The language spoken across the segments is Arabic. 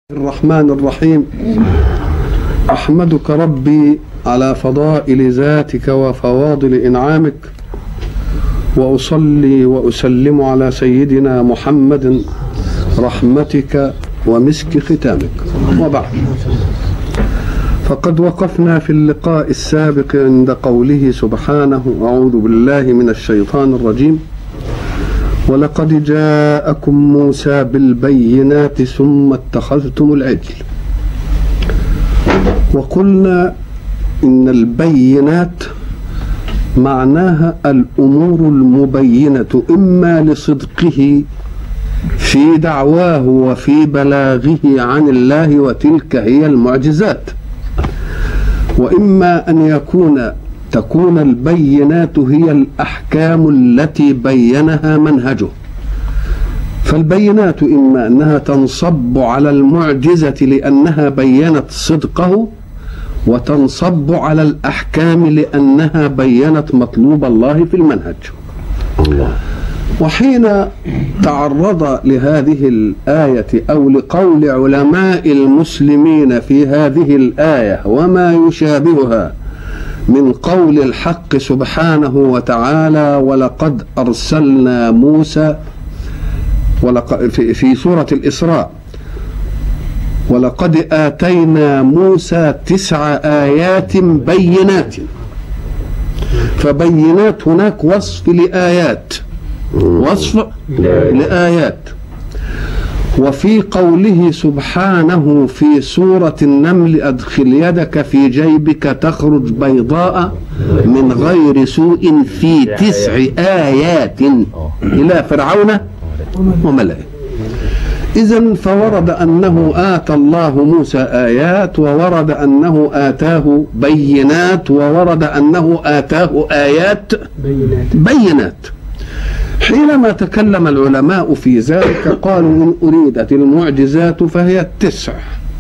الرحمن الرحيم. أحمدك ربي على فضائل ذاتك وفواضل إنعامك، وأصلي وأسلم على سيدنا محمد رحمتك ومسك ختامك، وبعد. فقد وقفنا في اللقاء السابق عند قوله سبحانه: أعوذ بالله من الشيطان الرجيم: ولقد جاءكم موسى بالبينات ثم اتخذتم العجل. وقلنا إن البينات معناها الأمور المبينة، إما لصدقه في دعواه وفي بلاغه عن الله، وتلك هي المعجزات، وإما أن تكون البينات هي الأحكام التي بينها منهجه. فالبينات إما أنها تنصب على المعجزة لأنها بينت صدقه، وتنصب على الأحكام لأنها بينت مطلوب الله في المنهج. الله. وحين تعرض لهذه الآية أو لقول علماء المسلمين في هذه الآية وما يشابهها من قول الحق سبحانه وتعالى: ولقد أرسلنا موسى، في سورة الإسراء: ولقد آتينا موسى 9 آيات بينات. فبينات هناك وصف لآيات، وصف لآيات. وفي قوله سبحانه في سورة النمل: أدخل يدك في جيبك تخرج بيضاء من غير سوء في 9 آيات إلى فرعون وملئه. إذن فورد أنه آتى الله موسى آيات، وورد أنه آتاه بينات، وورد أنه آتاه آيات بينات. حينما تكلم العلماء في ذلك قالوا: إن أريدت المعجزات فهي 9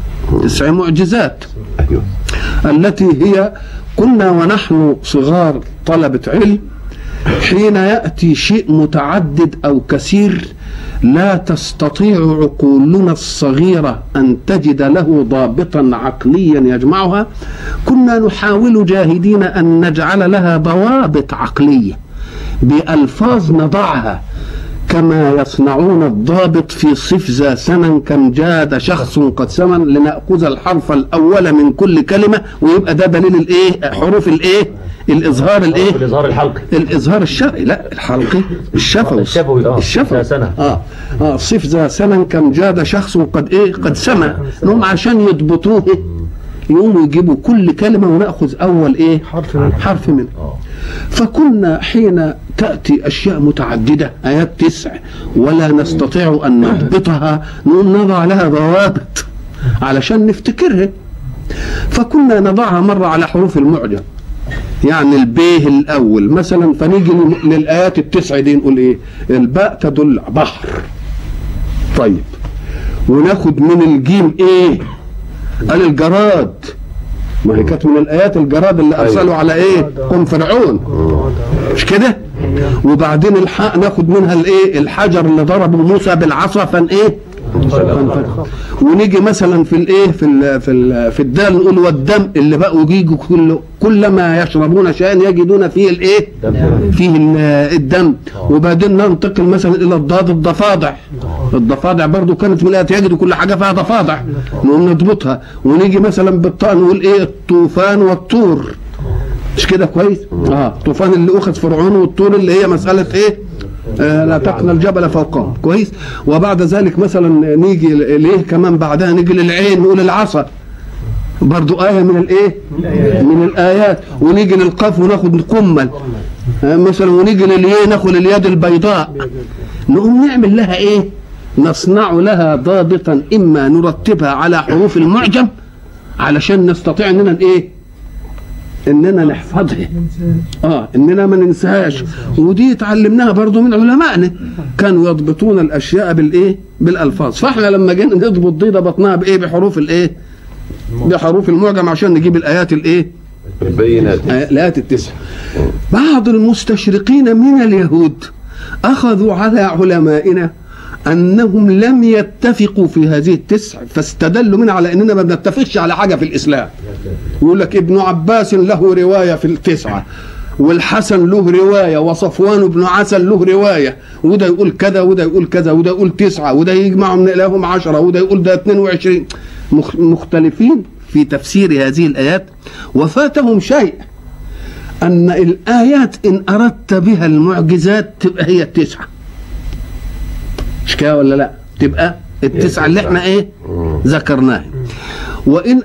معجزات، التي هي كنا ونحن صغار طلبة علم، حين يأتي شيء متعدد أو كثير لا تستطيع عقولنا الصغيرة أن تجد له ضابطا عقليا يجمعها، كنا نحاول جاهدين أن نجعل لها ضوابط عقلية بألفاظ نضعها، كما يصنعون الضابط في صف ذا سمن كم جاد شخص قد سمن، لنأخذ الحرف الأول من كل كلمة ويبقى ده دليل الإيه؟ حروف الإيه؟ الإظهار الإيه؟ الإظهار الحلقي، الإظهار الشرعي، لا الحلقي الشفوي. الشفوي. صف ذا سمن كم جاد شخص قد إيه؟ قد سمن. نهم عشان يضبطوه يقوموا يجيبوا كل كلمة ونأخذ أول إيه؟ حرف منه. فكنا حين تأتي أشياء متعددة، آيات 9 ولا نستطيع أن نضبطها، نضع لها ضوابط علشان نفتكرها. فكنا نضعها مرة على حروف المعجم، يعني البيه الأول مثلا، فنيجي للآيات 9 دي نقول إيه؟ الباء تدل بحر. طيب، وناخد من الجيم إيه؟ قال الجراد، ما هي كانت من الآيات الجراد اللي أرسلوا على إيه؟ قوم فرعون، مش كده؟ وبعدين الحاء ناخد منها الإيه؟ الحجر اللي ضربه موسى بالعصا فإيه؟ ونيجي مثلا في الإيه؟ في الدال نقول والدم اللي بقوا يجيجوا كلما يشربون شيئا يجدون فيه الإيه؟ فيه الدم. وبعدين ننتقل مثلا إلى الضاد الضفادع. الضفادع برضو كانت من الآيات، يجدوا كل حاجة فيها ضفادع، نقوم نضبطها. ونيجي مثلا بالطاء نقول إيه؟ الطوفان والطور، مش كده كويس؟ الطوفان اللي أخذ فرعون، والطور اللي هي مسألة إيه؟ لا تقنا الجبل فوقهم، كويس؟ وبعد ذلك مثلا نيجي ليه كمان بعدها نيجي للعين نقول العصا، برضو آية من الإيه؟ من الآيات. ونيجي للقاف وناخد قمل مثلا، ونيجي للياء ناخد اليد البيضاء. نقوم نعمل لها إيه؟ نصنع لها ضابطا، إما نرتبها على حروف المعجم علشان نستطيع إننا إيه؟ إننا نحفظها، إننا ما ننساهاش. ودي اتعلمناها برضو من علمائنا، كانوا يضبطون الأشياء بالإيه؟ بالألفاظ. فإحنا لما جينا نضبط دي ضبطناها بإيه؟ بحروف الإيه؟ بحروف المعجم عشان نجيب الآيات الإيه؟ البينات، الآيات 9. بعض المستشرقين من اليهود أخذوا على علمائنا أنهم لم يتفقوا في هذه التسع، فاستدلوا منها على أننا ما بنتفقش على حاجة في الإسلام. يقول لك ابن عباس له رواية في التسعة، والحسن له رواية، وصفوان بن عسل له رواية، وده يقول كذا وده يقول كذا، وده يقول 9، وده يجمع من لهم 10، وده يقول ده 22. مختلفين في تفسير هذه الآيات. وفاتهم شيء، أن الآيات إن أردت بها المعجزات تبقى هي 9، مش كده ولا لا؟ تبقى 9 اللي احنا ايه ذكرناها. وإن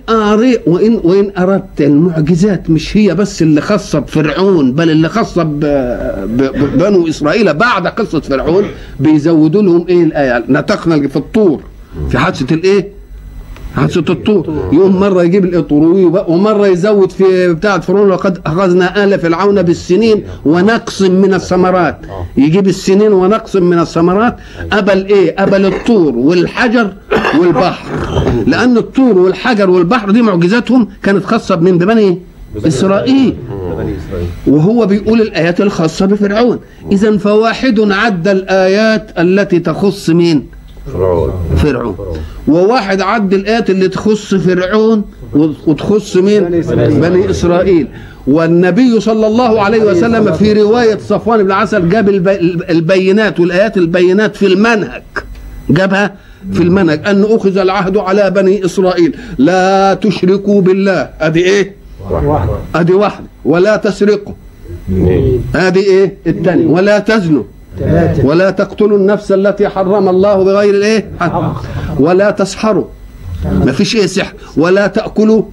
أردت المعجزات مش هي بس اللي خاصة بفرعون، بل اللي خاصة ببنو إسرائيل بعد قصة فرعون، بيزودوا لهم ايه الآية. نتقنا في الطور، في حادثة الايه؟ حادثة الطور. يقوم مرة يجيب الإطروي، ومرة يزود في بتاعة فرعون وقد أخذنا آل فرعون بالسنين ونقص من الثمرات، يجيب السنين ونقص من الثمرات. قبل ايه؟ قبل الطور والحجر والبحر، لأن الطور والحجر والبحر دي معجزاتهم كانت خاصة ببني إسرائيل، وهو بيقول الآيات الخاصة بفرعون. إذن فواحد عد الآيات التي تخص مين؟ فرعون. وواحد عد الآيات اللي تخص فرعون وتخص مين؟ بني إسرائيل. والنبي صلى الله عليه وسلم في رواية صفوان بن عسل جاب البينات والآيات البينات في المنهج، جابها في المنهج، أن أخذ العهد على بني إسرائيل لا تشركوا بالله، أدي إيه؟ أدي واحدة. ولا تسرقوا، أدي إيه؟ الثانية. ولا تزنوا، ولا تقتلوا النفس التي حرم الله بغير الايه حق، ولا تسحروا، ما فيش ايه سحر. ولا تأكلوا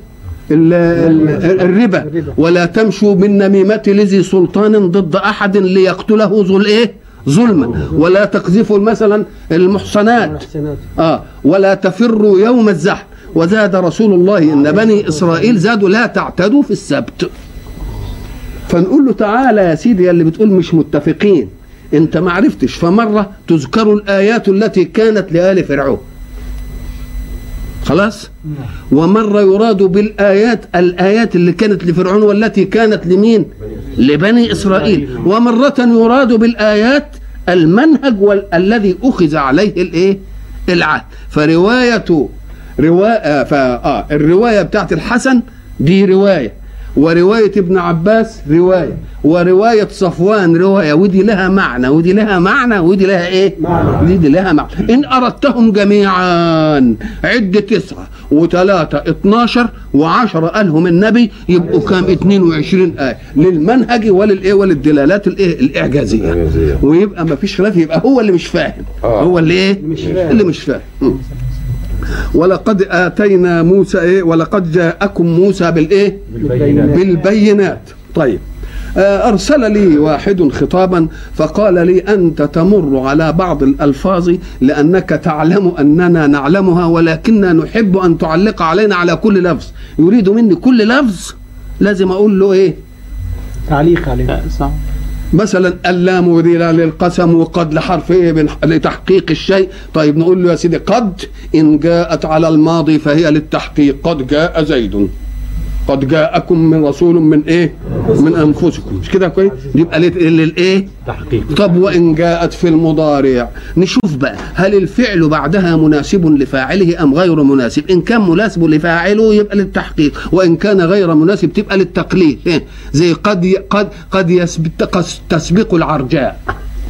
الربا، ولا تمشوا بالنميمة لذي سلطان ضد احد ليقتله ظلما، ولا تقذفوا مثلا المحصنات، ولا تفروا يوم الزحف. وزاد رسول الله ان بني اسرائيل زادوا لا تعتدوا في السبت. فنقول له تعالى يا سيدي يا اللي بتقول مش متفقين، انت ما عرفتش. فمرة تذكر الآيات التي كانت لآل فرعون خلاص، ومرة يراد بالآيات الآيات اللي كانت لفرعون والتي كانت لمين؟ لبني إسرائيل. ومرة يراد بالآيات المنهج الذي أخذ عليه الايه العهد. الرواية بتاعت الحسن دي رواية، ورواية ابن عباس رواية، ورواية صفوان رواية، ودي لها معنى ودي لها معنى ودي لها ايه؟ ودي لها معنى. إن أردتهم جميعا عد 9 و3 12 و10 قالهم النبي، يبقوا كام؟ 22 آية للمنهج وللإيه؟ وللدلالات الإيه؟ الإعجازية. ويبقى ما فيش خلاف، يبقى هو اللي مش فاهم، هو اللي إيه؟ اللي مش فاهم. ولقد آتينا موسى إيه؟ ولقد جاءكم موسى بالإيه؟ بالبينات. طيب، أرسل لي واحد خطابا فقال لي أنت تمر على بعض الألفاظ لأنك تعلم أننا نعلمها، ولكننا نحب أن تعلق علينا على كل لفظ. يريد مني كل لفظ لازم أقول له إيه؟ تعليق عليه. مثلا اللام دي للقسم، وقد لحرف ايه؟ لتحقيق الشيء. طيب نقول له يا سيدي قد إن جاءت على الماضي فهي للتحقيق، قد جاء زيد، قد جاءكم من رسول من ايه؟ من انفسكم، مش كده كويس؟ يبقى للايه؟ تحقيق. طب وان جاءت في المضارع نشوف بقى هل الفعل بعدها مناسب لفاعله ام غير مناسب. ان كان مناسب لفاعله يبقى للتحقيق، وان كان غير مناسب تبقى للتقليل. إيه؟ زي قد تسبق العرجاء،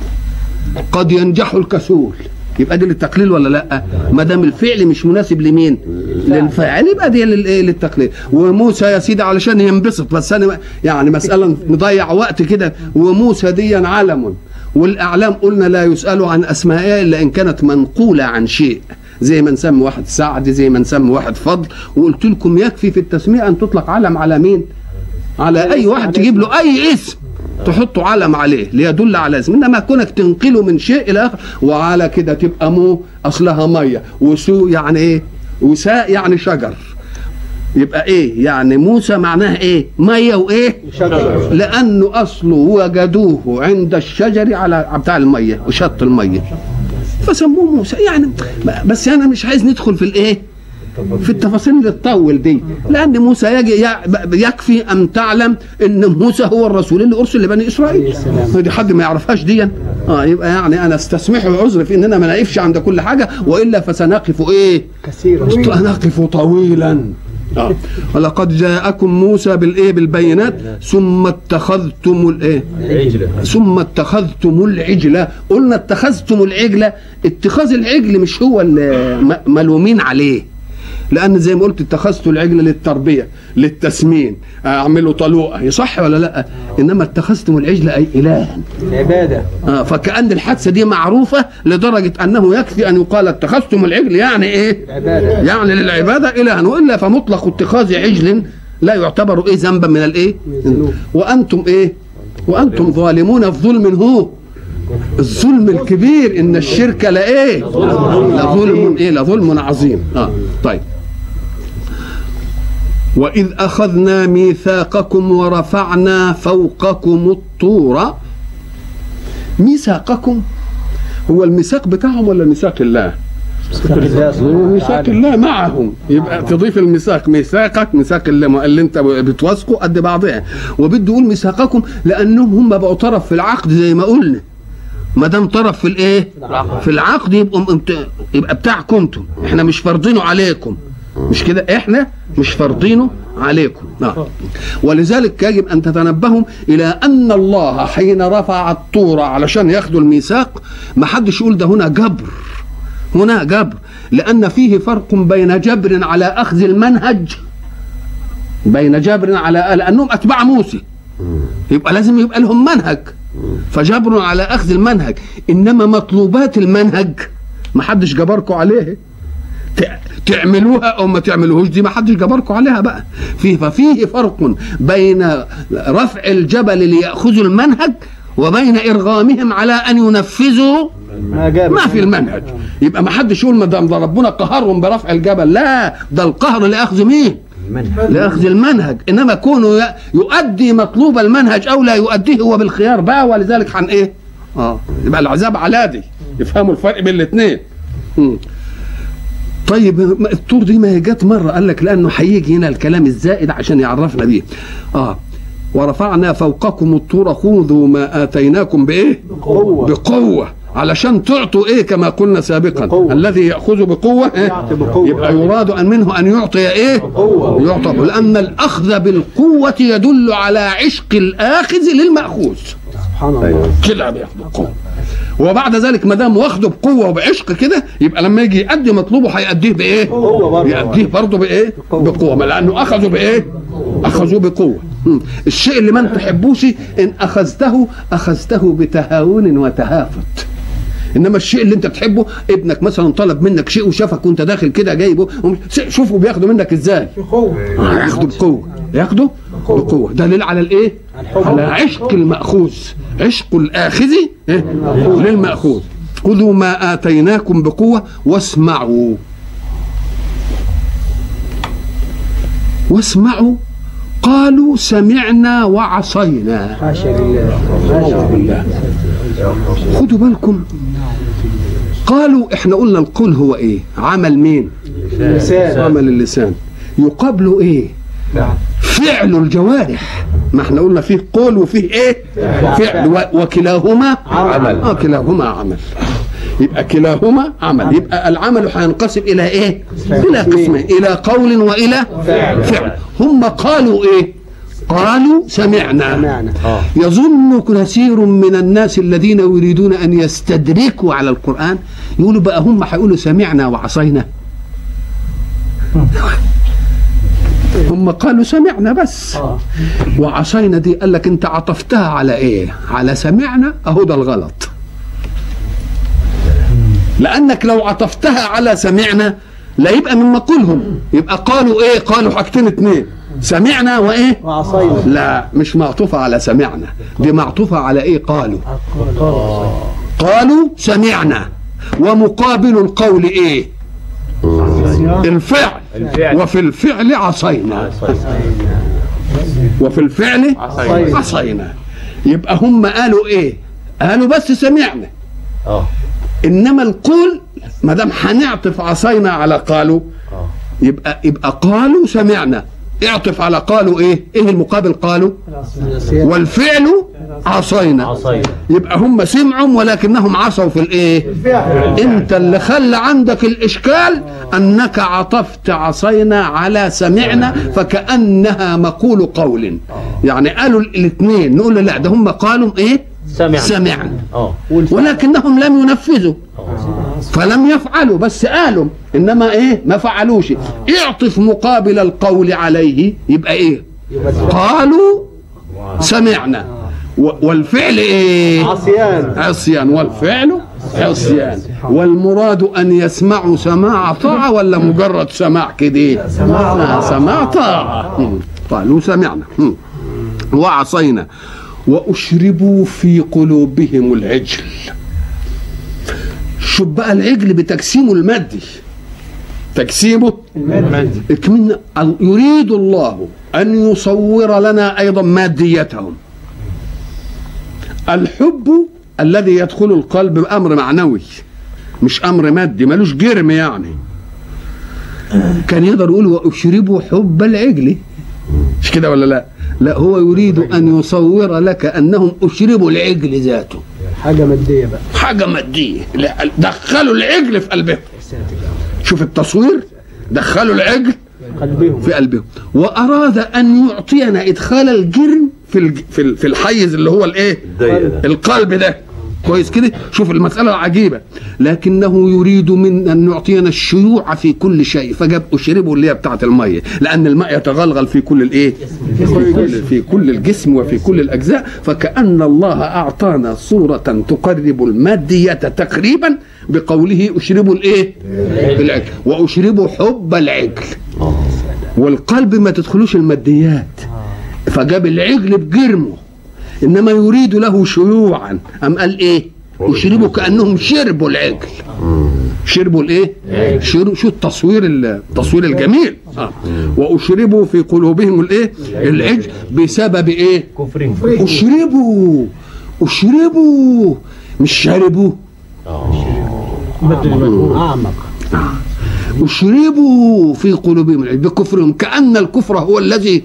قد ينجح الكسول، يبقى دي للتقليل ولا لا؟ ما دام الفعل مش مناسب لمين؟ للفاعل، يبقى دي للتقليل. وموسى يا سيدي علشان ينبسط، بس انا يعني مساله نضيع وقت كده. وموسى دي علم، والاعلام قلنا لا يسأل عن اسمائها الا ان كانت منقوله عن شيء، زي ما نسمي واحد سعد، زي ما نسمي واحد فضل. وقلت لكم يكفي في التسميه ان تطلق علم على مين؟ على اي واحد، تجيب له اي اسم تحطوا علم عليه ليدل على اسم. انما كونك تنقله من شيء الى اخر، وعلى كده تبقى مو اصلها ميه، وسو يعني ايه؟ وساء يعني شجر. يبقى ايه يعني؟ موسى معناها ايه؟ ميه وايه؟ شجر، لانه اصله وجدوه عند الشجر على بتاع الميه وشط الميه، فسموه موسى يعني. بس انا مش عايز ندخل في الايه؟ في التفاصيل اللي تطول دي، لان موسى يكفي ان تعلم ان موسى هو الرسول اللي ارسل لبني اسرائيل، دي حد ما يعرفهاش دي. يبقى يعني انا استسمح عذر في اننا ما نقفش عند كل حاجه، والا فسنقف ايه كثيرا، نقف طويلا. ولقد جاءكم موسى بالبينات ثم اتخذتم العجل. قلنا اتخذتم العجل، اتخاذ العجل مش هو ملومين عليه، لان زي ما قلت اتخذت العجل للتربيه للتسمين، اعمله طلوقه، يصح ولا لا؟ انما اتخذتم العجل اي الها، العباده. فكأن الحادثه دي معروفه لدرجه انه يكفي ان يقال اتخذتم العجل يعني ايه؟ العباده، يعني للعباده الها، والا فمطلق اتخاذ عجل لا يعتبر ايه ذنبا من الايه؟ وانتم ايه؟ وانتم ظالمون. في ظلم هو الظلم الكبير، ان الشرك لايه؟ لظلم ايه؟ لظلم عظيم. طيب، وإذ أخذنا ميثاقكم ورفعنا فوقكم الطور. ميثاقكم هو الميثاق بتاعهم ولا ميثاق الله؟ ميثاق الله معهم، يبقى تضيف الميثاق، ميثاقك ميثاق الله اللي انت بتوثقه قد بعضها، وبده يقول ميثاقكم لانهم هم بقوا طرف في العقد زي ما قلنا. ما دام طرف في الايه؟ في العقد يبقى بتاعكم انتم، احنا مش فرضينه عليكم، مش كده؟ احنا مش فرضينه عليكم. ولذلك يجب ان تتنبهوا الى ان الله حين رفع الطور علشان ياخدوا الميثاق ما حدش يقول ده هنا جبر، هنا جبر، لان فيه فرق بين جبر على اخذ المنهج، بين جبر على لانهم اتباع موسى، يبقى لازم يبقى لهم منهج، فجبر على اخذ المنهج، انما مطلوبات المنهج ما حدش جبركم عليه، تعملوها او ما تعملوهوش دي ما حدش جبركم عليها بقى. ففيه فرق بين رفع الجبل ليأخذوا المنهج وبين ارغامهم على ان ينفذوا ما في المنهج. يبقى ما حدش يقول ما دام ده ربنا قهرهم برفع الجبل، لا، ده القهر لاخذ مين؟ لاخذ المنهج، انما كونه يؤدي مطلوب المنهج او لا يؤديه هو بالخيار بقى. ولذلك عن ايه؟ يبقى العذاب على دي، يفهموا الفرق بين الاثنين. طيب الطور دي ما هي جت مره، قال لك لانه هيجي هنا الكلام الزائد عشان يعرفنا بيه. ورفعنا فوقكم الطور خذوا ما اتيناكم بايه؟ بقوه، علشان تعطوا ايه؟ كما قلنا سابقا، الذي ياخذ بقوه يبقى يراد ان منه ان يعطي ايه؟ يعطى، لان الاخذ بالقوه يدل على عشق الاخذ للماخوذ. سبحان الله، كده بياخذ بقوه، وبعد ذلك ما دام واخده بقوه وبعشق كده، يبقى لما يجي يؤدي مطلوبه هيأديه بايه؟ يأديه برضه بايه؟ بقوه، لانه اخذوا بايه؟ اخذوا بقوه. الشيء اللي ما تحبوش ان اخذته بتهاون وتهافت، انما الشيء اللي انت بتحبه، ابنك مثلا طلب منك شيء وشافك وانت داخل كده جايبه، شوفوا بياخدوا منك ازاي؟ ياخدوا بقوه، ياخدوا بقوه، دليل على الايه؟ على عشق المأخوذ، عشق الاخذ للمأخوذ. خذوا ما اتيناكم بقوه واسمعوا. واسمعوا، قالوا سمعنا وعصينا. حاشا لله. خدوا بالكم، قالوا احنا قلنا القول هو ايه؟ عمل مين؟ اللسان. عمل اللسان. يقابله ايه؟ فعل الجوارح. ما احنا قلنا فيه قول وفيه ايه؟ فعل، وكلاهما عمل. كلاهما عمل، يبقى كلاهما عمل. يبقى العمل هينقسم الى ايه؟ الى قسمين، الى قول والى فعل. هم قالوا ايه؟ قالوا سمعنا. يظن كثير من الناس الذين يريدون ان يستدركوا على القرآن يقولوا بقى هم هيقولوا سمعنا وعصينا. هم قالوا سمعنا بس، وعصينا دي قال لك انت عطفتها على ايه؟ على سمعنا، اهو ده الغلط. لانك لو عطفتها على سمعنا لا يبقى من مقولهم، يبقى قالوا ايه؟ قالوا حاجتين اتنين، سمعنا وايه؟ وعصينا. لا، مش معطوفه على سمعنا، دي معطوفه على ايه؟ قالوا سمعنا، ومقابل القول ايه؟ الفعل. وفي الفعل عصينا، وفي الفعل عصينا. يبقى هم قالوا ايه؟ قالوا بس سمعنا. انما القول ما دام هنعطف عصينا على قالوا، يبقى قالوا سمعنا، اعطف على قالوا ايه المقابل؟ قالوا والفعل عصينا. يبقى هم سمعوا ولكنهم عصوا في الايه؟ انت اللي خلى عندك الاشكال انك عطفت عصينا على سمعنا فكأنها مقول قول، يعني قالوا الاثنين، نقول لا ده هم قالوا ايه؟ سمعنا ولكنهم لم ينفذوا فلم يفعلوا، بس قالوا انما ايه؟ ما فعلوش. اعطف مقابل القول عليه يبقى ايه؟ قالوا سمعنا والفعل ايه؟ عصيان والفعل عصيان. والمراد ان يسمعوا سماع طاعه ولا مجرد سماع كده؟ سماع طاعه. قالوا سمعنا وعصينا واشربوا في قلوبهم العجل. شوف بقى العجل بتجسيمه المادي، تجسيمه المادي. يريد الله أن يصور لنا أيضا ماديتهم. الحب الذي يدخل القلب أمر معنوي مش أمر مادي، ملوش جرم يعني. كان يقدر يقول وأشربوا حب العجل، مش كده ولا لا؟ لا، هو يريد أن يصور لك أنهم أشربوا العجل ذاته، حاجة مادية بقى، حاجة مادية. دخلوا العجل في قلبهم. شوف التصوير، دخلوا العجل في قلبهم. وأراد أن يعطينا إدخال الجرم في الحيز اللي هو الإيه؟ القلب ده. كويس كده؟ شوف المسألة العجيبة. لكنه يريد من أن يعطينا الشيوع في كل شيء، فجاب أشربه اللي هي بتاعة المية، لأن الماء يتغلغل في كل الإيه؟ في كل الجسم وفي كل الأجزاء. فكأن الله أعطانا صورة تقرب المادية تقريبا بقوله أشربوا الإيه؟ العجل. وأشربوا حب العجل. والقلب ما تدخلوش الماديات، فجاب العجل بجرمه، إنما يريد له شيوعا. أم قال إيه؟ يشربوا كأنهم شربوا العجل. شربوا الإيه؟ شو التصوير الجميل. وأشربوا في قلوبهم الإيه؟ العجل بسبب إيه؟ كفرهم. أشربوا مش شربوا. أعمق. أشربوا في قلوبهم العجل بكفرهم، كأن الكفر هو الذي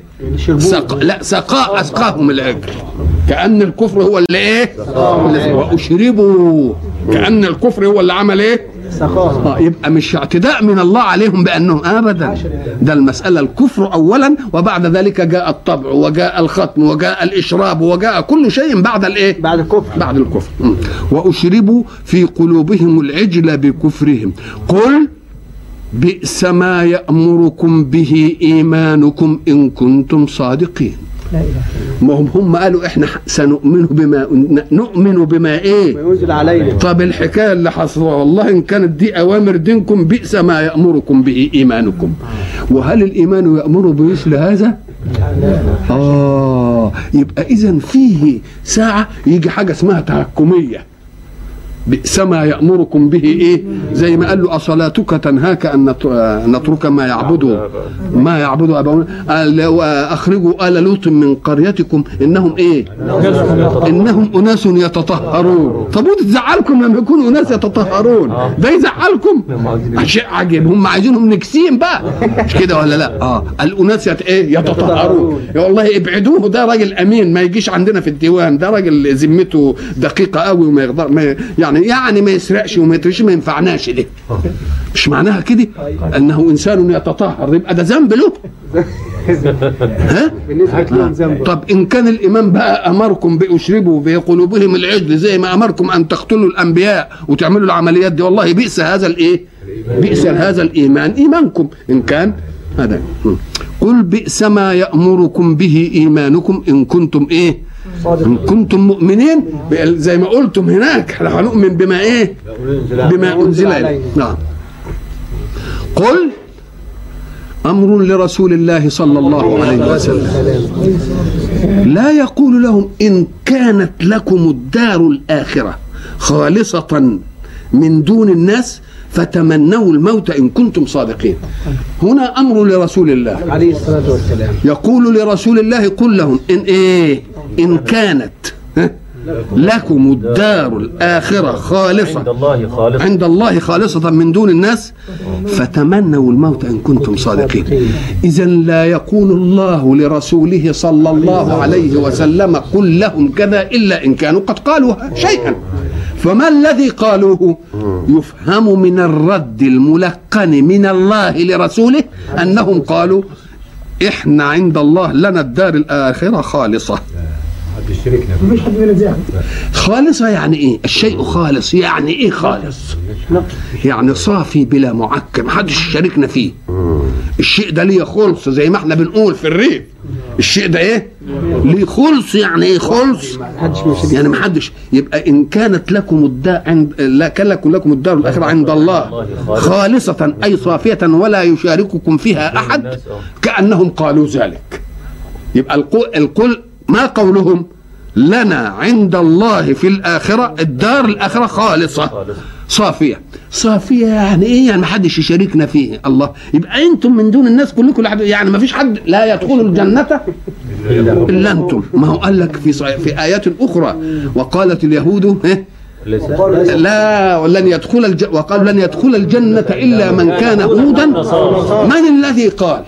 أسقاهم العجل. كأن الكفر هو اللي إيه؟ وأشربوا كأن الكفر هو اللي عمل إيه؟ يبقى مش اعتداء من الله عليهم بأنهم أبدا، ده المسألة الكفر أولا، وبعد ذلك جاء الطبع وجاء الختم وجاء الإشراب وجاء كل شيء بعد الإيه؟ بعد الكفر. وأشربوا في قلوبهم العجل بكفرهم. قل بئس ما يأمركم به إيمانكم إن كنتم صادقين. ما هم قالوا احنا سنؤمن بما ايه؟ ينزل علينا. طب الحكايه اللي حصلت والله ان كانت دي اوامر دينكم بئس ما يأمركم به ايمانكم. وهل الايمان يأمر بمثل هذا؟ يبقى اذا فيه ساعه يجي حاجه اسمها تهكميه. بئس ما يأمركم به ايه؟ زي ما قال له أصلاتك تنهاك أن نترك ما يعبد أبونا. أخرجوا آل لوط من قريتكم إنهم ايه؟ إنهم أناس يتطهرون. طب تزعلكم لما يكونوا أناس يتطهرون؟ ده يزعلكم؟ شيء عجيب. هم عايزينهم نكسين بقى، مش كده ولا لا؟ الأناس يتطهرون. يا والله ابعدوه، ده راجل أمين ما يجيش عندنا في الديوان، ده راجل ذمته دقيقة قوي وما يقدر يعني ما يسرقش وما يترش، ما ينفعناش. ده مش معناها كده انه انسان يتطهر يبقى ده ذنب له. طب ان كان الامام بقى امركم باشربوا في قلوبهم العجل زي ما امركم ان تقتلوا الانبياء وتعملوا العمليات دي، والله بئس هذا الايه؟ بئس هذا الايمان ايمانكم ان كان هذا. قل بئس ما يأمركم به ايمانكم ان كنتم ايه؟ إن كنتم مؤمنين. زي ما قلتم هناك احنا هنؤمن بما ايه؟ بما انزل اليه. نعم. قل امر لرسول الله صلى الله عليه وسلم لا يقول لهم ان كانت لكم الدار الاخره خالصه من دون الناس فتمنوا الموت إن كنتم صادقين. هنا أمر لرسول الله عليه الصلاة والسلام، يقول لرسول الله قل لهم إن كانت لكم الدار الآخرة خالصة عند الله خالصة من دون الناس فتمنوا الموت إن كنتم صادقين. إذن لا يقول الله لرسوله صلى الله عليه وسلم قل لهم كذا إلا إن كانوا قد قالوا شيئا. فما الذي قالوه؟ يفهم من الرد الملقن من الله لرسوله أنهم قالوا إحنا عند الله لنا الدار الآخرة خالصة. خالصة يعني إيه؟ الشيء خالص يعني إيه خالص؟ يعني صافي بلا معكر، محدش يشاركنا فيه. الشيء ده ليه خلص زي ما احنا بنقول في الريف. الشيء ده ايه؟ ليه خلص. يعني ايه خلص؟ يعني محدش. يبقى ان كانت لكم الدار عند لا كان لكم الدار الاخره عند الله خالصه اي صافيه ولا يشارككم فيها احد كانهم قالوا ذلك. يبقى القول ما قولهم لنا عند الله في الآخرة الدار الآخرة خالصة صافية. صافية يعني إيه؟ يعني ما حدش يشاركنا فيه. الله. يبقى أنتم من دون الناس كلكم يعني ما فيش حد لا يدخل الجنة إلا أنتم. ما هو قال لك في آيات أخرى وقالت اليهود لا ولن يدخل وقال لن يدخل الجنة إلا من كان هودا. من الذي قال؟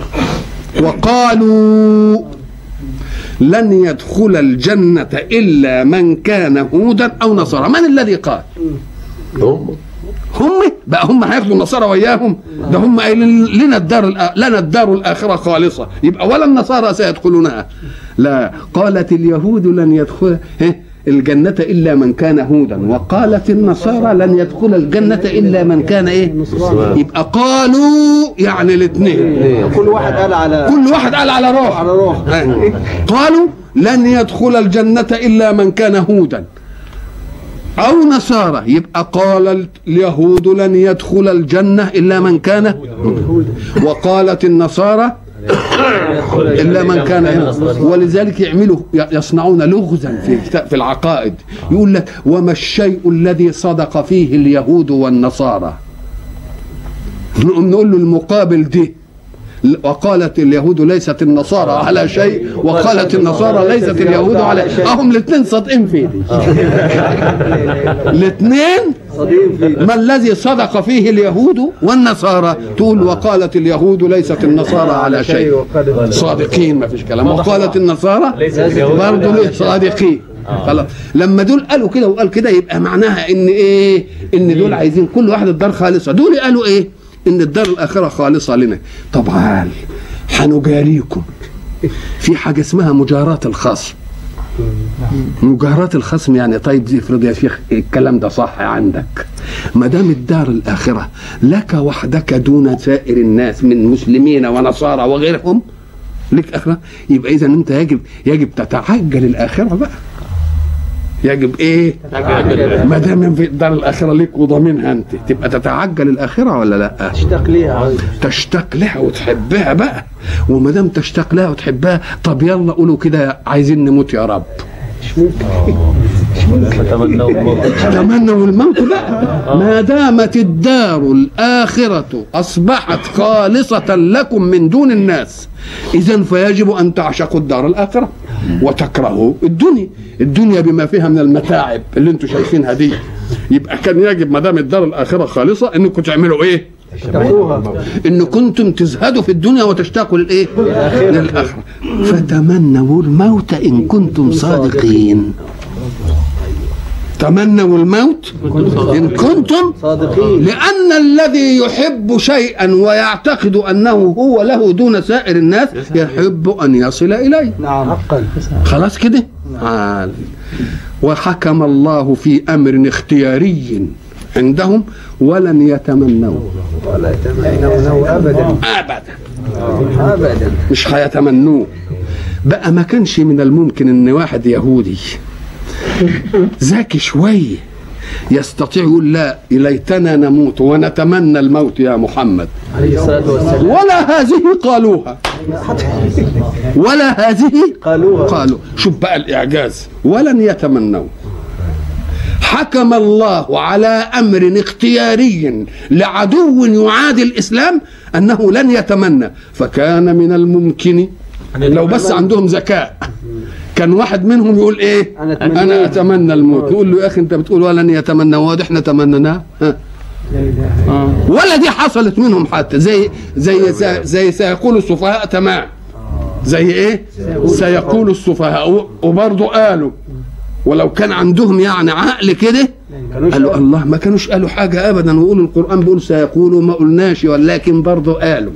وقالوا لن يدخل الجنة إلا من كان هودا أو نصارى. من الذي قال؟ هم بقى هم هياخدوا النصارى وياهم؟ ده هم قايلين لنا الدار الآخرة خالصة. يبقى ولا النصارى سيدخلونها. لا، قالت اليهود لن يدخل الجنة إلا من كان هودا وقالت النصارى لن يدخل الجنة إلا من كان إيه؟ يبقى قالوا يعني الاثنين. كل واحد قال على روح. قالوا لن يدخل الجنة إلا من كان هودا أو نصارى. يبقى قال اليهود لن يدخل الجنة إلا من كان هودا وقالت النصارى إلا من كان هنا. ولذلك يصنعون لغزا في العقائد. يقول لك وما الشيء الذي صدق فيه اليهود والنصارى؟ نقول له المقابل دي. وقالت اليهود ليست النصارى على شيء وقالت النصارى ليست اليهود على شيء. هم الاثنين صادقين فيه دي. الاثنين ما الذي صدق فيه اليهود والنصارى؟ تقول وقالت اليهود ليست النصارى على شيء صادقين ما فيش كلام. وقالت النصارى برضه صادقين. خلاص. لما دول قالوا كده وقال كده يبقى معناها ان ايه؟ ان دول عايزين كل واحد الدار خالصه. دول قالوا ايه؟ ان الدار الاخره خالصه لنا. طبعا هنجاريكم في حاجه اسمها مجاراه الخصم. مجاراه الخصم يعني طيب افرض يا شيخ الكلام ده صح عندك، ما دام الدار الاخره لك وحدك دون سائر الناس من مسلمين ونصارى وغيرهم لك اخره، يبقى اذا انت يجب تتعجل الاخره بقى. يجب ايه؟ ما دام في الدار الاخره ليك وضامنها انت تبقى تتعجل الاخره ولا لا؟ تشتاق لها وتحبها بقى. وما دام تشتاق لها وتحبها طب يلا قولوا كده عايزين نموت يا رب. تمنوا الموت بقى. ما دامت الدار الآخرة أصبحت خالصة لكم من دون الناس إذن فيجب أن تعشقوا الدار الآخرة وتكرهوا الدنيا بما فيها من المتاعب اللي انتم شايفينها دي. يبقى كان يجب ما دام الدار الآخرة خالصة انكم تعملوا ايه؟ ان كنتم تزهدوا في الدنيا وتشتاقوا للايه؟ للآخرة. فتمنوا الموت ان كنتم صادقين. تمنوا الموت إن كنتم صادقين. لأن الذي يحب شيئا ويعتقد أنه هو له دون سائر الناس يحب أن يصل إليه. نعم. خلاص كده. وحكم الله في أمر اختياري عندهم ولن يتمنوا أبدا. مش هيتمنوه بقى. ما كانش من الممكن أن واحد يهودي ذكي شويه يستطيع يقول لا ليتنا نموت ونتمنى الموت يا محمد عليه الصلاة والسلام. ولا هذه قالوا. شوف بقى الإعجاز. ولن يتمنوا. حكم الله على أمر اختياري لعدو يعادي الإسلام أنه لن يتمنى. فكان من الممكن لو بس عندهم ذكاء كان واحد منهم يقول ايه؟ انا اتمنى الموت. نقول له يا اخي انت بتقول ولن يتمنى، واضح احنا تمنناه. ولا دي حصلت منهم حتى. زي سيقول السفهاء. تمام. زي ايه؟ سيقول السفهاء. وبرضه قالوا ولو كان عندهم يعني عقل كده قالوا الله ما كانوش قالوا حاجه ابدا. ويقولوا القران بيقول سيقولوا ما قلناش، ولكن برضه قالوا.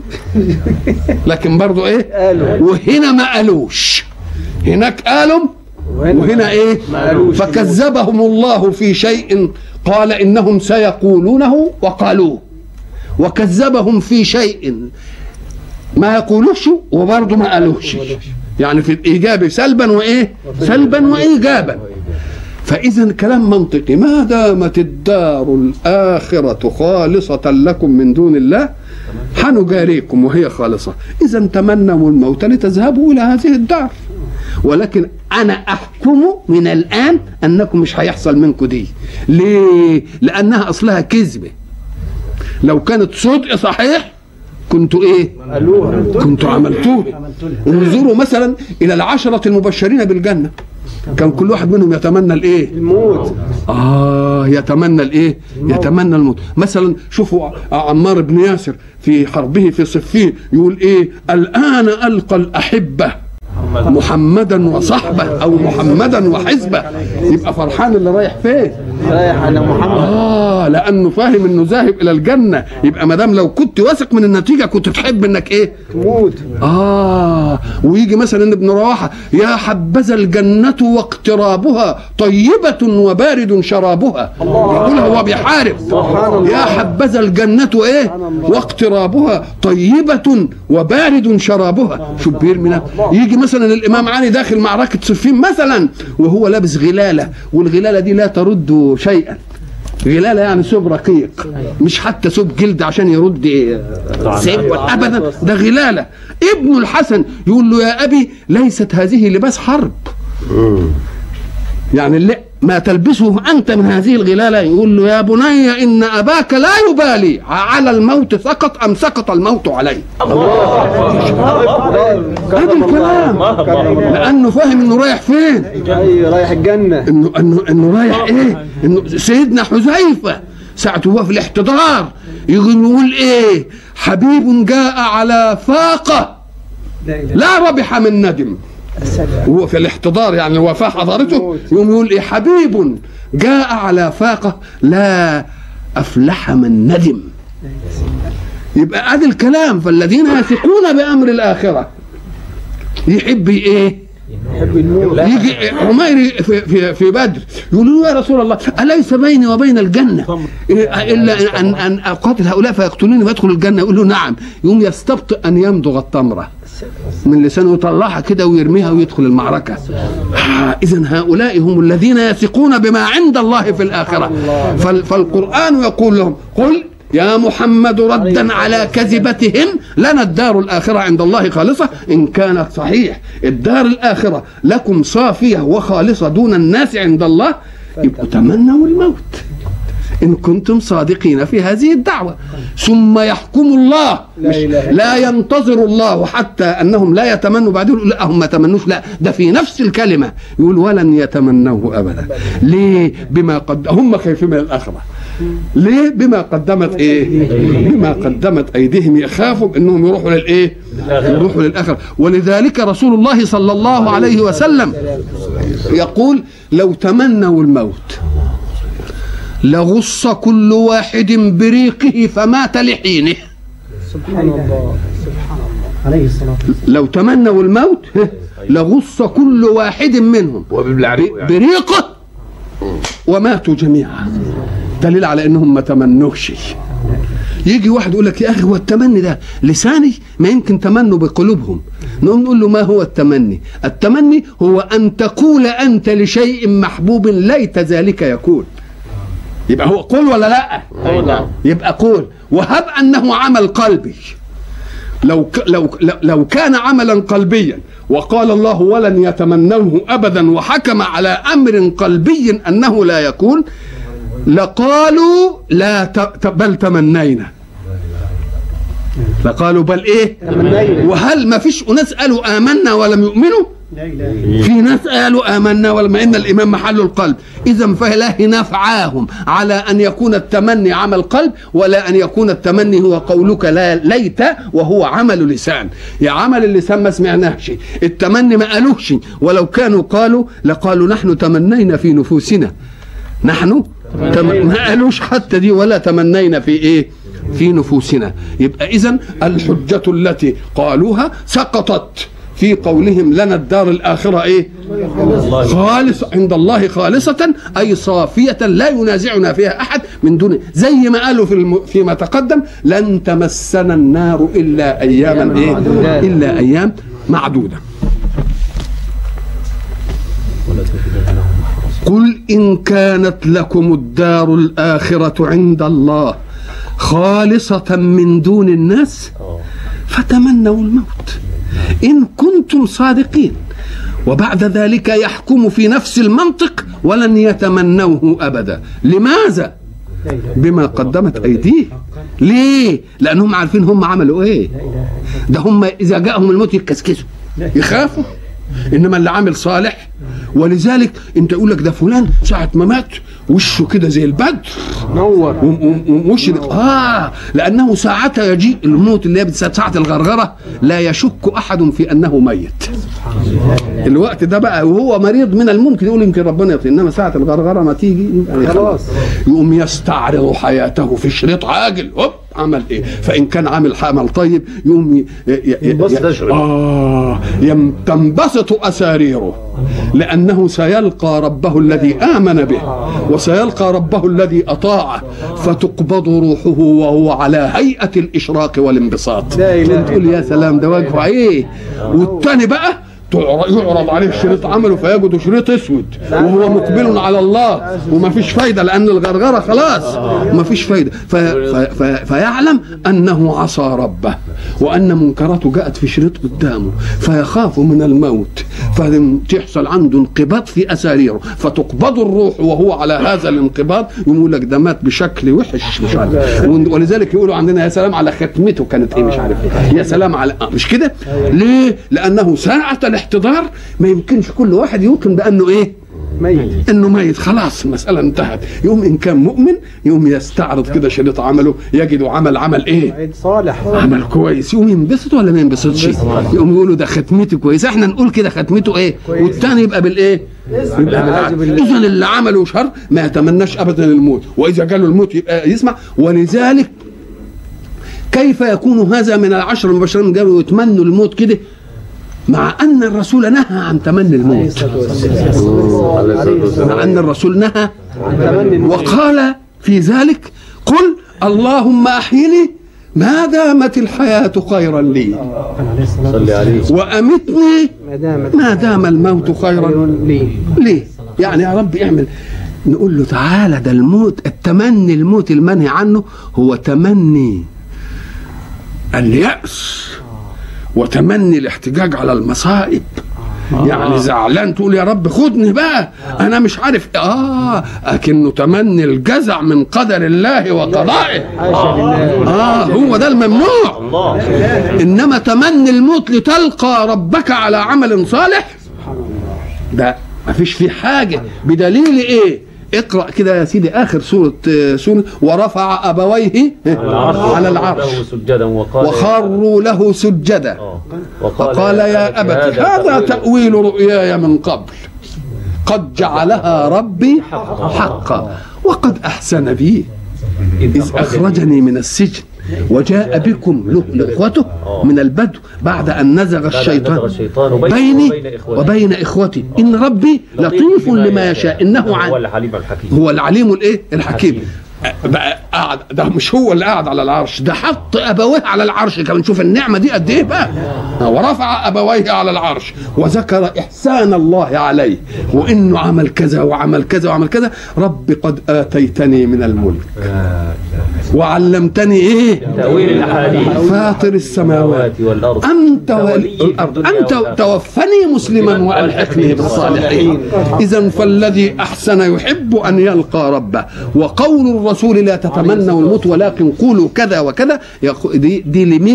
لكن برضه ايه؟ قالوا. وهنا ما قالوش. هناك قالوا وهنا ايه؟ فكذبهم الله في شيء قال انهم سيقولونه وقالوه، وكذبهم في شيء ما يقولوش وبرضه ما قالوش. يعني في الايجاب سلبا وايه؟ سلبا وايجابا. فاذا كلام منطقي. ما دامت الدار الاخره خالصه لكم من دون الله حنجاريكم وهي خالصه. اذا تمنوا الموت لتذهبوا الى هذه الدار، ولكن انا احكم من الان انكم مش هيحصل منكم دي. ليه؟ لانها اصلها كذبه. لو كانت صدق صحيح كنتوا ايه؟ كنتوا عملتوه. انظروا مثلا الى العشرة المبشرين بالجنة، كان كل واحد منهم يتمنى الايه؟ الموت. يتمنى الايه؟ يتمنى الموت. مثلا شوفوا عمار بن ياسر في حربه في صفين يقول ايه؟ الان القى الاحبه محمدا وصحبه او محمدا وحزبه. يبقى فرحان اللي رايح فين؟ رايح على محمد. لانه فاهم انه ذاهب الى الجنه. يبقى ما دام لو كنت واثق من النتيجه كنت تحب انك ايه؟ تموت. ويجي مثلا ابن رواحه يا حبذا الجنه واقترابها طيبه وبارد شرابها. يقول هو بيحارب. يا حبذا الجنه ايه؟ واقترابها طيبه وبارد شرابها. شو بيرمي. يجي مثلا الامام علي داخل معركه صفين مثلا وهو لابس غلاله، والغلاله دي لا ترد شيئا. غلاله يعني ثوب رقيق، مش حتى ثوب جلد عشان يرد سيف ابدا، ده غلاله. ابن الحسن يقول له يا ابي ليست هذه لباس حرب. يعني اللي ما تلبسه انت من هذه الغلاله. يقول له يا بني ان اباك لا يبالي على الموت سقط ام سقط الموت عليه. هذا الكلام لانه فاهم انه رايح فين؟ رايح الجنه. انه رايح ايه؟ انه سيدنا حذيفه ساعة هو في الاحتضار يقول ايه؟ حبيب جاء على فاقه لا ربح من ندم. هو في الاحتضار يعني الوفاة حضرته يقوم يقول ايه؟ حبيب جاء على فاقه لا افلح من ندم. يبقى ادي الكلام. فالذين يثقون بامر الاخره يحب ايه؟ يحب الموت. يجي عمير في بدر يقول له يا رسول الله اليس بيني وبين الجنه الا ان اقاتل هؤلاء فيقتلوني ويدخل الجنه؟ يقول له نعم. يقوم يستبطئ ان يمضغ التمره من لسانه يطلعها كده ويرميها ويدخل المعركه. اذا هؤلاء هم الذين يثقون بما عند الله في الاخره. فالقران يقول لهم قل يا محمد ردا على كذبتهم لنا الدار الآخرة عند الله خالصة إن كانت صحيح. الدار الآخرة لكم صافية وخالصة دون الناس عند الله. يبقوا تمنوا الموت إن كنتم صادقين في هذه الدعوة. ثم يحكم الله. لا ينتظر الله حتى أنهم لا يتمنوا بعدين يقول لا هم ما تمنوش. لا، ده في نفس الكلمة يقول ولن يتمنوه أبدا. ليه؟ بما قد هم خايفين من الآخرة. ليه؟ بما قدمت ايه؟ بما قدمت ايديهم. يخافوا انهم يروحوا للايه؟ يروحوا للاخره. ولذلك رسول الله صلى الله عليه وسلم يقول لو تمنوا الموت لغص كل واحد بريقه فمات لحينه. سبحان الله. سبحان الله عليه الصلاه والسلام. لو تمنوا الموت لغص كل واحد منهم بريقه وماتوا جميعا. دليل على انهم ما تمنوش. يجي واحد يقول لك يا اخي هو التمني ده لساني؟ ما يمكن تمنوا بقلوبهم. نقول له ما هو التمني؟ التمني هو ان تقول انت لشيء محبوب ليت ذلك يكون. يبقى هو قول ولا لا؟ يبقى قول. وهب انه عمل قلبي. لو كان عملا قلبيا وقال الله ولن يتمنوه ابدا وحكم على امر قلبي انه لا يكون لقالوا لا بل تمنينا. لقالوا بل ايه؟ تمنينا. وهل ما فيش اناس قالوا آمنا ولم يؤمنوا؟ في ناس قالوا آمنا ولما إن الإيمان محل القلب. إذا فلا نفعاهم على أن يكون التمني عمل قلب، ولا أن يكون التمني هو قولك لا ليت وهو عمل لسان. يا عمل اللسان ما سمعناهش، التمني ما قالوهش، ولو كانوا قالوا لقالوا نحن تمنينا في نفوسنا، نحن ما قالوش حتى دي، ولا تمنينا في إيه؟ في نفوسنا. يبقى إذن الحجة التي قالوها سقطت في قولهم لنا الدار الآخرة إيه؟ خالص عند الله، خالصة أي صافية لا ينازعنا فيها أحد من دون، زي ما قالوا فيما تقدم لن تمسنا النار إلا أياما إيه؟ إلا أيام معدودة. قل إن كانت لكم الدار الآخرة عند الله خالصة من دون الناس فتمنوا الموت إن كنتم صادقين. وبعد ذلك يحكم في نفس المنطق ولن يتمنوه أبدا. لماذا؟ بما قدمت أيديه. ليه؟ لأنهم عارفين هم عملوا إيه. ده هم إذا جاءهم الموت يتكسكسوا يخافوا، إنما اللي عامل صالح. ولذلك انت يقول لك ده فلان ساعة ما مات وشه كده زي البدر نور ومشرق، لأنه ساعتها يجيء الموت اللي هي ساعة الغرغرة لا يشك أحد في أنه ميت. الوقت ده بقى وهو مريض من الممكن يقول يمكن ربنا يطير، إنما ساعة الغرغرة ما تيجي خلاص يقوم يستعرض حياته في شريط عاجل. هوب عمل ايه؟ فان كان عامل عمل طيب يقوم تنبسط اساريره، لانه سيلقى ربه الذي امن به وسيلقى ربه الذي اطاعه، فتقبض روحه وهو على هيئه الاشراق والانبساط. تقول يا سلام ده وجهه ايه. والتاني بقى يعرض عليه شريط عمله فيجد شريط اسود وهو مقبل على الله وما فيش فايده، لان الغرغره خلاص ما فيش فايده. فيعلم انه عصى ربه وان منكراته جاءت في شريط قدامه، فيخاف من الموت، فتحصل عنده انقباض في اساريره، فتقبض الروح وهو على هذا الانقباض. يقول لك ده مات بشكل وحش مش عارف. ولذلك يقولوا عندنا يا سلام على ختمته كانت ايه مش عارف ايه، يا سلام على مش كده. ليه؟ لانه ساعه الاحتضار ما يمكنش كل واحد يوقن بانه ايه ميت، انه ميت خلاص المساله انتهت. يوم ان كان مؤمن يوم يستعرض كده شريط عمله يجد عمل ايه صالح، عمل كويس، يوم ينبسط ولا ما ينبسطش؟ يقوم يقولوا ده ختمته كويسه، احنا نقول كده ختمته ايه، والثاني يبقى بالايه، يبقى اذا اللي عمله شر ما يتمناش ابدا الموت، واذا جاله الموت يبقى يسمع. ولذلك كيف يكون هذا من العشر المبشرين من قبل يتمنوا الموت كده، مع أن الرسول نهى عن تمني الموت، مع أن الرسول نهى وقال في ذلك قل اللهم أحيني ما دامت الحياة خيرا لي وأمتني ما دام الموت خيرا لي. يعني يا رب اعمل. نقول له تعالى ده الموت، التمني الموت المنهي عنه هو تمني اليأس وتمني الاحتجاج على المصائب. يعني زعلان تقول يا رب خدني بقى انا مش عارف اكنه تمني الجزع من قدر الله وقضائه. هو ده الممنوع. انما تمني الموت لتلقى ربك على عمل صالح ده ما فيش فيه حاجه. بدليل ايه؟ اقرأ كده يا سيدي آخر سورة ورفع أبويه على العرش وخروا له سجدا وقال يا أبت هذا تأويل رؤياي من قبل قد جعلها ربي حقا وقد أحسن بي إذ أخرجني من السجن وجاء بكم لإخوته من البدو بعد أن نزغ الشيطان بيني وبين إخوتي إن ربي لطيف لما يشاء إنه هو العليم الحكيم. بقى قاعد ده مش هو اللي قاعد على العرش، ده حط أبويه على العرش كمان. شوف النعمة دي قد إيه بقى. ورفع أبويه على العرش وذكر إحسان الله عليه وإنه عمل كذا وعمل كذا وعمل كذا. رب قد آتيتني من الملك وعلمتني ايه تأويل الأحاديث فاطر السماوات والأرض أنت توفني مسلما وألحقني بالصالحين. إذن فالذي أحسن يحب أن يلقى ربه. وقول الرسول لا تتمنوا الموت ولكن قولوا كذا وكذا دي لمين؟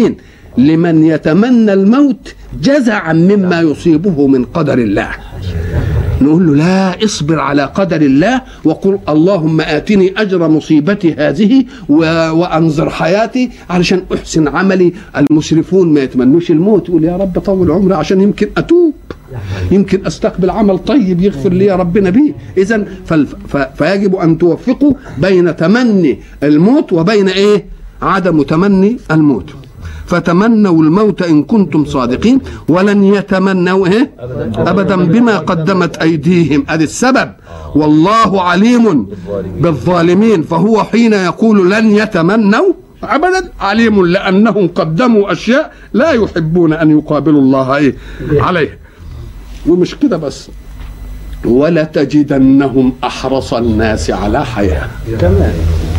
لمن يتمنى الموت جزعا مما يصيبه من قدر الله. نقول له لا، اصبر على قدر الله وقل اللهم آتني أجر مصيبتي هذه وأنظر حياتي علشان أحسن عملي. المسرفون ما يتمنوش الموت، يقول يا رب طول عمري عشان يمكن أتوب، يمكن أستقبل عمل طيب يغفر لي ربنا به. إذن فيجب أن توفقوا بين تمني الموت وبين إيه؟ عدم تمني الموت. فتمنوا الموت إن كنتم صادقين ولن يتمنوا إيه؟ أبدا بما قدمت أيديهم. هذا السبب، والله عليم بالظالمين. فهو حين يقول لن يتمنوا أبدا عليم، لأنهم قدموا أشياء لا يحبون أن يقابلوا الله إيه؟ عليه. ومش كده بس، ولتجدنهم أحرص الناس على حياة. كمان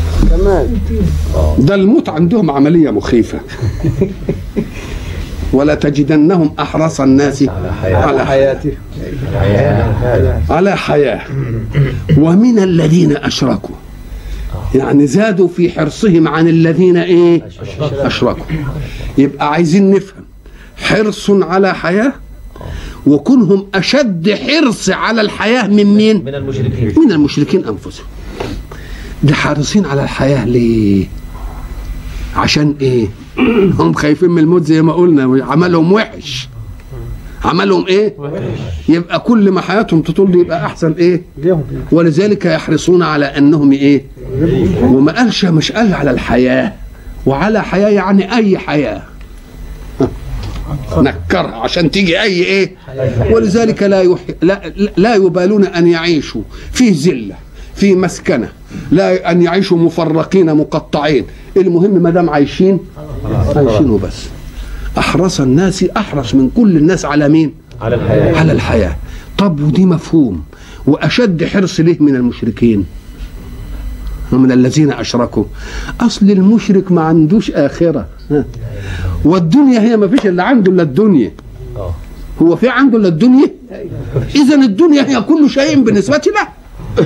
ده الموت عندهم عملية مخيفة. ولا تجدنهم أحرص الناس على حياة ومن الذين أشركوا، يعني زادوا في حرصهم عن الذين إيه؟ أشركوا. يبقى عايزين نفهم حرص على حياة، وكونهم أشد حرص على الحياة من مين؟ من المشركين أنفسهم. ده حارسين على الحياة ليه؟ عشان ايه؟ هم خايفين من الموت زي ما قلنا، عملهم وحش. عملهم ايه؟ يبقى كل ما حياتهم تطول يبقى احسن ايه؟ ولذلك يحرصون على انهم ايه؟ وما قالش، مش قال على الحياة، وعلى حياة يعني اي حياة نكرها عشان تيجي اي ايه؟ ولذلك لا يبالون ان يعيشوا في ذلة، في مسكنة، لا أن يعيشوا مفرقين مقطعين. المهم ما دام عايشين وبس. أحرص الناس، أحرص من كل الناس على مين؟ على الحياة. طب ودي مفهوم. وأشد حرص ليه من المشركين ومن الذين أشركوا؟ أصل المشرك ما عندوش آخرة، والدنيا هي ما فيش اللي عنده إلا الدنيا. هو في عنده إلا الدنيا؟ إذن الدنيا هي كل شيء بالنسبة له.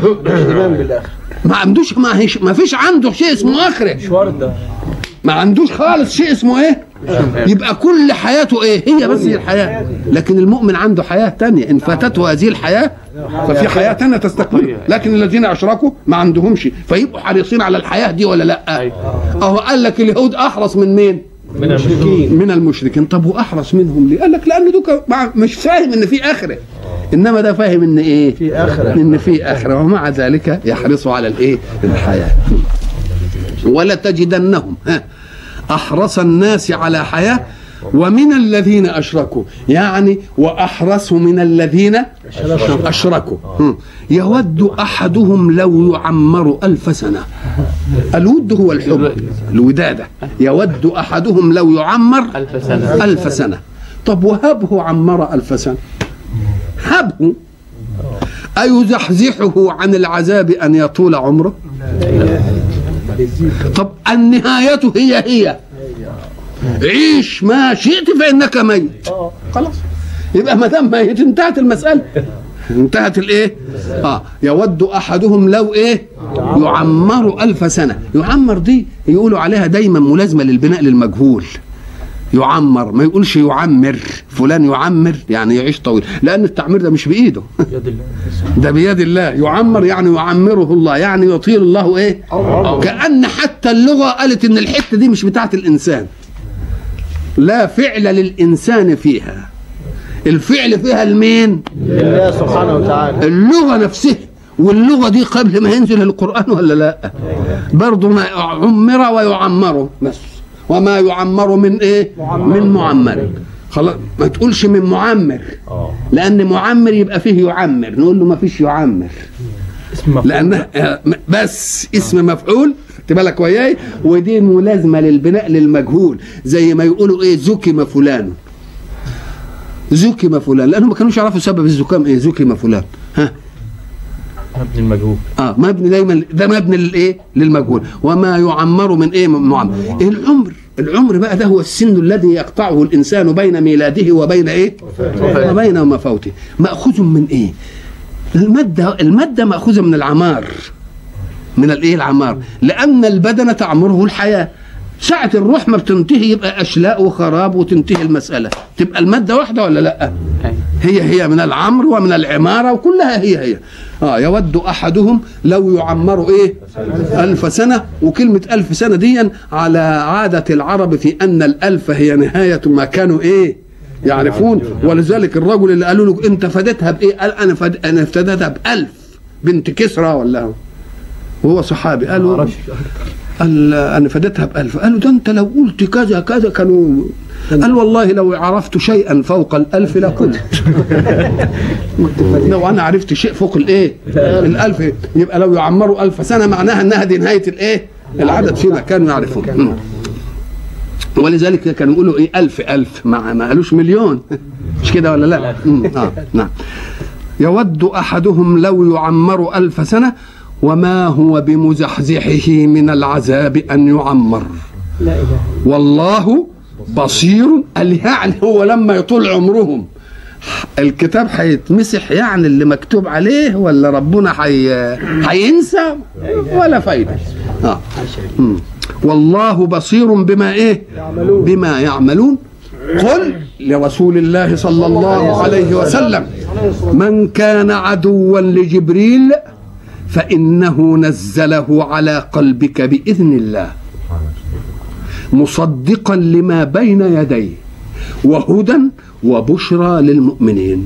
ما عندوش، ما فيش عنده شيء اسمه آخرة، ما عندوش خالص شيء اسمه ايه. يبقى كل حياته ايه؟ هي بس هي الحياة. لكن المؤمن عنده حياة تانية، ان فاتته هذه الحياة ففي حياة تانية تستقبل. لكن الذين اشركوا ما عندهمش، فيبقوا حريصين على الحياة دي ولا لا؟ اهو قال لك اليهود احرص من مين؟ من المشركين. طب واحرص منهم ليه؟ قال لك لان دوك مش فاهم ان في آخرة، انما ده فاهم ان ايه؟ في آخرة، ان في آخرة، ومع ذلك يحرصوا على الايه؟ الحياة. ولا تجدنهم احرص الناس على حياة ومن الذين اشركوا، يعني واحرصوا من الذين اشركوا. يود احدهم لو يعمر 1000 سنة. الود هو الحب، الودادة. يود احدهم لو يعمر 1000 سنة. طب وهبه عمر 1000 سنة، هبه أيزحزحه عن العذاب أن يطول عمره؟ طب النهاية هي عيش ما شئت فإنك ميت. خلاص، يبقى ما دام ميت انتهت المسألة، انتهت الايه؟ يود احدهم لو ايه؟ يعمر 1000 سنة. يعمر دي يقولوا عليها دايما ملازمة للبناء للمجهول. يعمر، ما يقولش يعمر. فلان يعمر يعني يعيش طويل، لأن التعمير ده مش بإيده، ده بيد الله. يعمر يعني يعمره الله، يعني يطيل الله ايه؟ كأن حتى اللغة قالت ان الحتة دي مش بتاعت الإنسان، لا فعل للإنسان فيها، الفعل فيها المين؟ لله سبحانه وتعالى. اللغة نفسها. واللغة دي قبل ما ينزل القرآن ولا لا؟ برضو ما عمر ويعمر بس. وما يعمر من ايه؟ من معمر. خلاص، ما تقولش من معمر، لأن معمر يبقى فيه يعمر، نقول له ما فيش يعمر، لأنه بس اسم مفعول. خدت بالك وياي؟ ودي ملازمة للبناء للمجهول، زي ما يقولوا ايه؟ زكم فلان، زكم فلان، لأنهم ما كانوش يعرفوا سبب الزكام ايه. زكم فلان، مبني المجهول. مبني دايما، ده مبني للايه؟ للمجهول. وما يعمر من ايه؟ من معمر. العمر بقى ده هو السن الذي يقطعه الانسان بين ميلاده وبين ايه؟ وبين مفوته. ماخوذ من ايه؟ الماده ماخوذه من العمار، من الايه؟ العمار، لان البدن تعمره الحياه. ساعة الروح ما بتنتهي يبقى أشلاء وخراب وتنتهي المسألة، تبقى المادة واحدة ولا لأ؟ هي من العمر ومن العمارة وكلها هي. يود أحدهم لو يعمر إيه؟ 1000 سنة. وكلمة 1000 سنة دي على عادة العرب في أن ال1000 هي نهاية ما كانوا إيه؟ يعرفون. ولذلك الرجل اللي قالوا له أنت فدتها بإيه؟ قال أنا افتدتها ب1000 بنت كسرى ولا وهو صحابي. قالوا قال أنا فدتها ب1000. قالوا ده أنت لو قلت كذا كذا كانوا. قال والله لو عرفت شيئا فوق 1000 لقلت. لو أنا عرفت شيء فوق الإيه؟ 1000 يبقى لو يعمروا 1000 سنة معناها أنها دي نهاية الإيه؟ العدد فيما كانوا يعرفون. ولذلك كانوا يقولوا إيه 1000 ما قالوش مليون. مش كده ولا لا؟ نعم. يود أحدهم لو يعمر 1000 سنة وما هو بمزحزحه من العذاب أن يعمر والله بصير. يعني هو لما يطول عمرهم الكتاب هيتمسح يعني اللي مكتوب عليه ولا ربنا هينسى ولا فايدة. والله بصير بما إيه؟ بما يعملون. قل لرسول الله صلى الله عليه وسلم من كان عدوا لجبريل فإنه نزله على قلبك بإذن الله مصدقا لما بين يديه وهدى وبشرى للمؤمنين.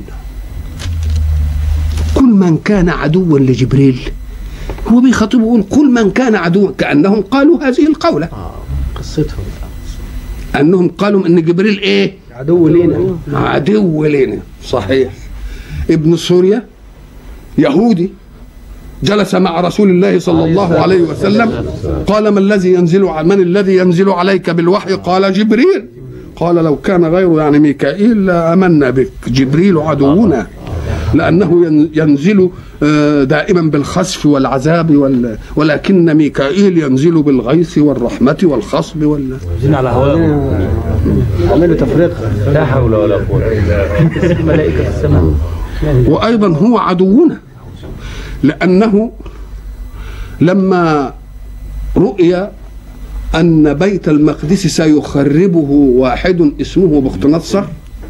كل من كان عدوا لجبريل هو بيخاطبه يقول كل من كان عدوا، كأنهم قالوا هذه القولة قصتهم أنهم قالوا إن جبريل إيه؟ عدو لنا. صحيح. ابن سوريا يهودي جلس مع رسول الله صلى الله عليه وسلم قال من الذي ينزل عليك بالوحي؟ قال جبريل. قال لو كان غيره يعني ميكائيل لآمنا بك، جبريل عدونا لأنه ينزل دائما بالخسف والعذاب ولكن ميكائيل ينزل بالغيث والرحمة والخصب ينزل على هواه عملوا تفرقة لا حول ولا قوة إلا بالله. ملائكة السماء. وأيضا هو عدونا لأنه لما رؤي أن بيت المقدس سيخربه واحد اسمه بختنصر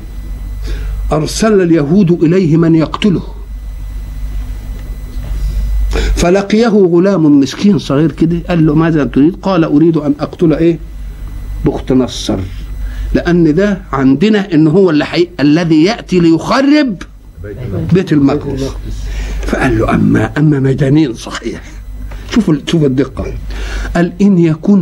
أرسل اليهود إليه من يقتله، فلقيه غلام مسكين صغير كده قال له ماذا تريد؟ قال أريد أن أقتل إيه؟ بختنصر، لأن ده عندنا إن هو الذي يأتي ليخرب بيت المقدس. فقال له أما مجانين صحيح. شوف الدقة. قال إن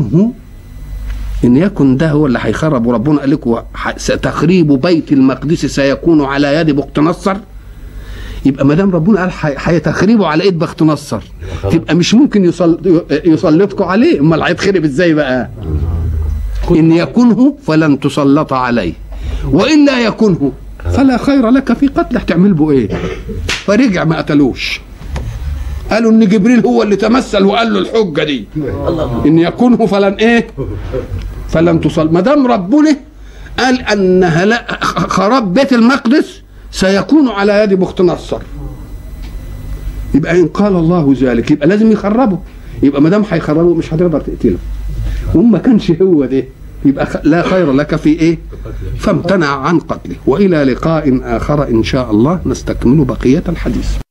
يكن ده هو اللي هيخرب، وربنا قال لكم تخريب بيت المقدس سيكون على يد بختنصر، يبقى ما دام ربنا قال هيتخربوا على ايد بختنصر تبقى مش ممكن يسلطكم عليه. امال هيتخرب ازاي بقى؟ ان يكنه فلن تسلط عليه وان لا يكنه فلا خير لك في قتله. هتعمل به ايه؟ فرجع ما قتلوش. قالوا ان جبريل هو اللي تمثل وقال له الحجه دي ان يكنه فلن ايه؟ فلن تصل. ما دام ربنا قال ان خراب بيت المقدس سيكون على يد بختنصر، يبقى ان قال الله ذلك يبقى لازم يخربه. يبقى ما دام هيخربه مش هتقدر تقتله، وما كانش هو ده يبقى لا خير لك في ايه؟ فامتنع عن قتله. والى لقاء اخر ان شاء الله نستكمل بقيه الحديث.